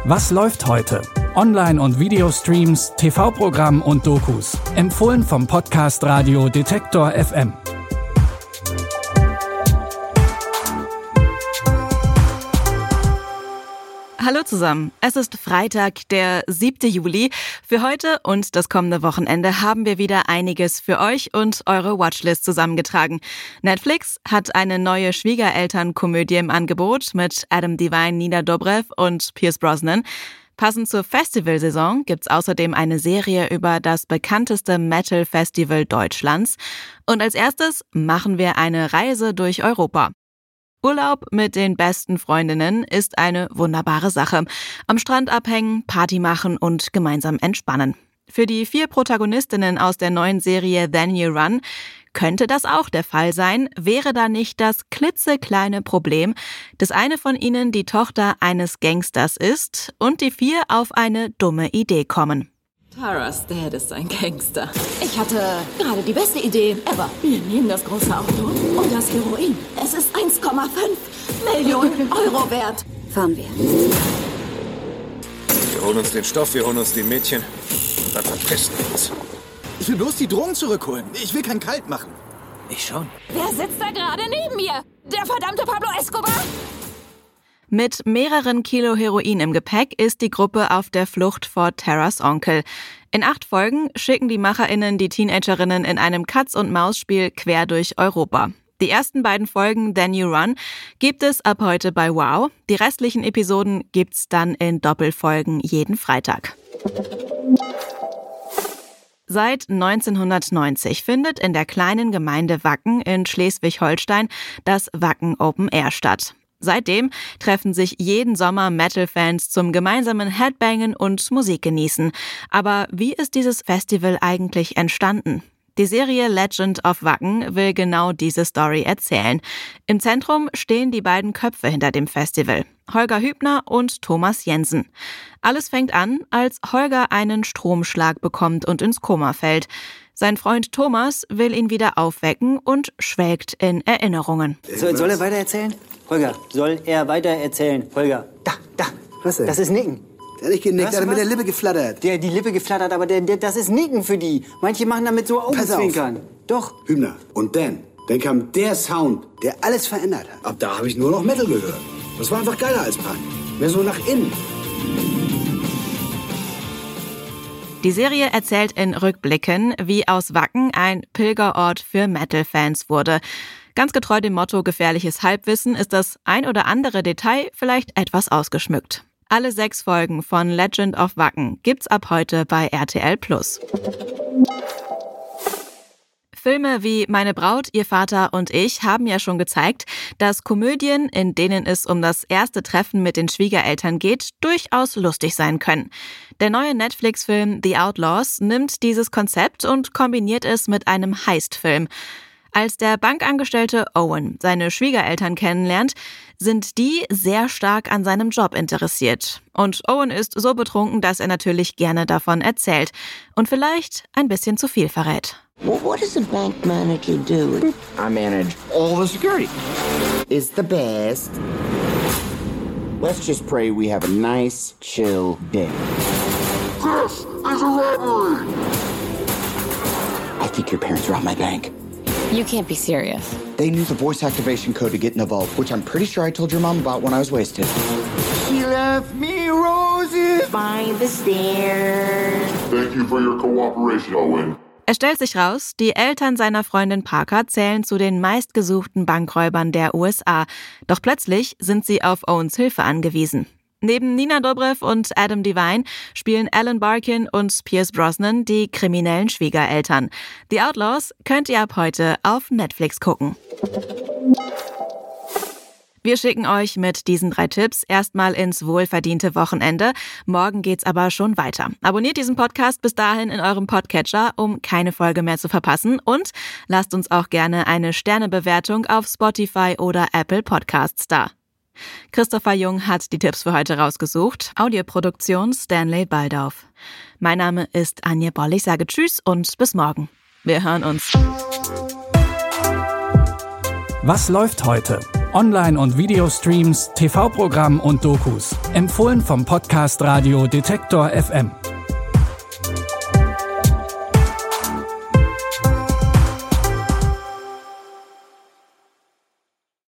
Was läuft heute? Online- und Videostreams, TV-Programm und Dokus. Empfohlen vom Podcast Radio Detektor FM. Hallo zusammen, es ist Freitag, der 7. Juli. Für heute und das kommende Wochenende haben wir wieder einiges für euch und eure Watchlist zusammengetragen. Netflix hat eine neue Schwiegerelternkomödie im Angebot mit Adam Devine, Nina Dobrev und Pierce Brosnan. Passend zur Festivalsaison gibt's außerdem eine Serie über das bekannteste Metal-Festival Deutschlands. Und als erstes machen wir eine Reise durch Europa. Urlaub mit den besten Freundinnen ist eine wunderbare Sache. Am Strand abhängen, Party machen und gemeinsam entspannen. Für die 4 Protagonistinnen aus der neuen Serie Then You Run könnte das auch der Fall sein, wäre da nicht das klitzekleine Problem, dass eine von ihnen die Tochter eines Gangsters ist und die 4 auf eine dumme Idee kommen. Taras Dad ist ein Gangster. Ich hatte gerade die beste Idee ever. Wir nehmen das große Auto und das Heroin. Es ist 1,5 Millionen Euro wert. Fahren wir. Wir holen uns den Stoff, wir holen uns die Mädchen und dann verpissen wir uns. Ich will bloß die Drogen zurückholen. Ich will keinen Kalt machen. Ich schon. Wer sitzt da gerade neben mir? Der verdammte Pablo Escobar? Mit mehreren Kilo Heroin im Gepäck ist die Gruppe auf der Flucht vor Taras Onkel. In 8 Folgen schicken die MacherInnen die Teenagerinnen in einem Katz-und-Maus-Spiel quer durch Europa. Die ersten 2 Folgen Then You Run gibt es ab heute bei Wow. Die restlichen Episoden gibt's dann in Doppelfolgen jeden Freitag. Seit 1990 findet in der kleinen Gemeinde Wacken in Schleswig-Holstein das Wacken Open Air statt. Seitdem treffen sich jeden Sommer Metal-Fans zum gemeinsamen Headbangen und Musik genießen. Aber wie ist dieses Festival eigentlich entstanden? Die Serie Legend of Wacken will genau diese Story erzählen. Im Zentrum stehen die beiden Köpfe hinter dem Festival, Holger Hübner und Thomas Jensen. Alles fängt an, als Holger einen Stromschlag bekommt und ins Koma fällt. Sein Freund Thomas will ihn wieder aufwecken und schwelgt in Erinnerungen. Soll er weitererzählen? Holger, soll er weitererzählen? Holger, da. Was denn? Das ist Nicken. Der hat nicht genickt, der hat mit der Lippe geflattert. Die Lippe geflattert, aber das ist Nicken für die. Manche machen damit so Augenzwinkern. Doch. Hübner. Und dann kam der Sound, Der alles verändert hat. ab da habe ich nur noch Metal gehört. Das war einfach geiler als Punk. Mehr so nach innen. Die Serie erzählt in Rückblicken, wie aus Wacken ein Pilgerort für Metal-Fans wurde. Ganz getreu dem Motto gefährliches Halbwissen ist das ein oder andere Detail vielleicht etwas ausgeschmückt. Alle 6 Folgen von Legend of Wacken gibt's ab heute bei RTL+. Filme wie Meine Braut, ihr Vater und ich haben ja schon gezeigt, dass Komödien, in denen es um das erste Treffen mit den Schwiegereltern geht, durchaus lustig sein können. Der neue Netflix-Film The Outlaws nimmt dieses Konzept und kombiniert es mit einem Heist-Film. Als der Bankangestellte Owen seine Schwiegereltern kennenlernt, sind die sehr stark an seinem Job interessiert. Und Owen ist so betrunken, dass er natürlich gerne davon erzählt und vielleicht ein bisschen zu viel verrät. Well, what does a bank manager do? I manage all the security. It's the best. Let's just pray we have a nice, chill day. This is a robbery! I think your parents robbed my bank. You can't be serious. They knew the voice activation code to get in the vault, which I'm pretty sure I told your mom about when I was wasted. She left me roses by the stairs. Thank you for your cooperation, Owen. Es stellt sich raus, die Eltern seiner Freundin Parker zählen zu den meistgesuchten Bankräubern der USA. Doch plötzlich sind sie auf Owens Hilfe angewiesen. Neben Nina Dobrev und Adam Devine spielen Alan Barkin und Pierce Brosnan die kriminellen Schwiegereltern. The Outlaws könnt ihr ab heute auf Netflix gucken. Wir schicken euch mit diesen 3 Tipps erstmal ins wohlverdiente Wochenende. Morgen geht's aber schon weiter. Abonniert diesen Podcast bis dahin in eurem Podcatcher, um keine Folge mehr zu verpassen. Und lasst uns auch gerne eine Sternebewertung auf Spotify oder Apple Podcasts da. Christopher Jung hat die Tipps für heute rausgesucht. Audioproduktion Stanley Baldauf. Mein Name ist Anja Boll. Ich sage Tschüss und bis morgen. Wir hören uns. Was läuft heute? Online- und Videostreams, TV-Programm und Dokus. Empfohlen vom Podcast Radio Detektor FM.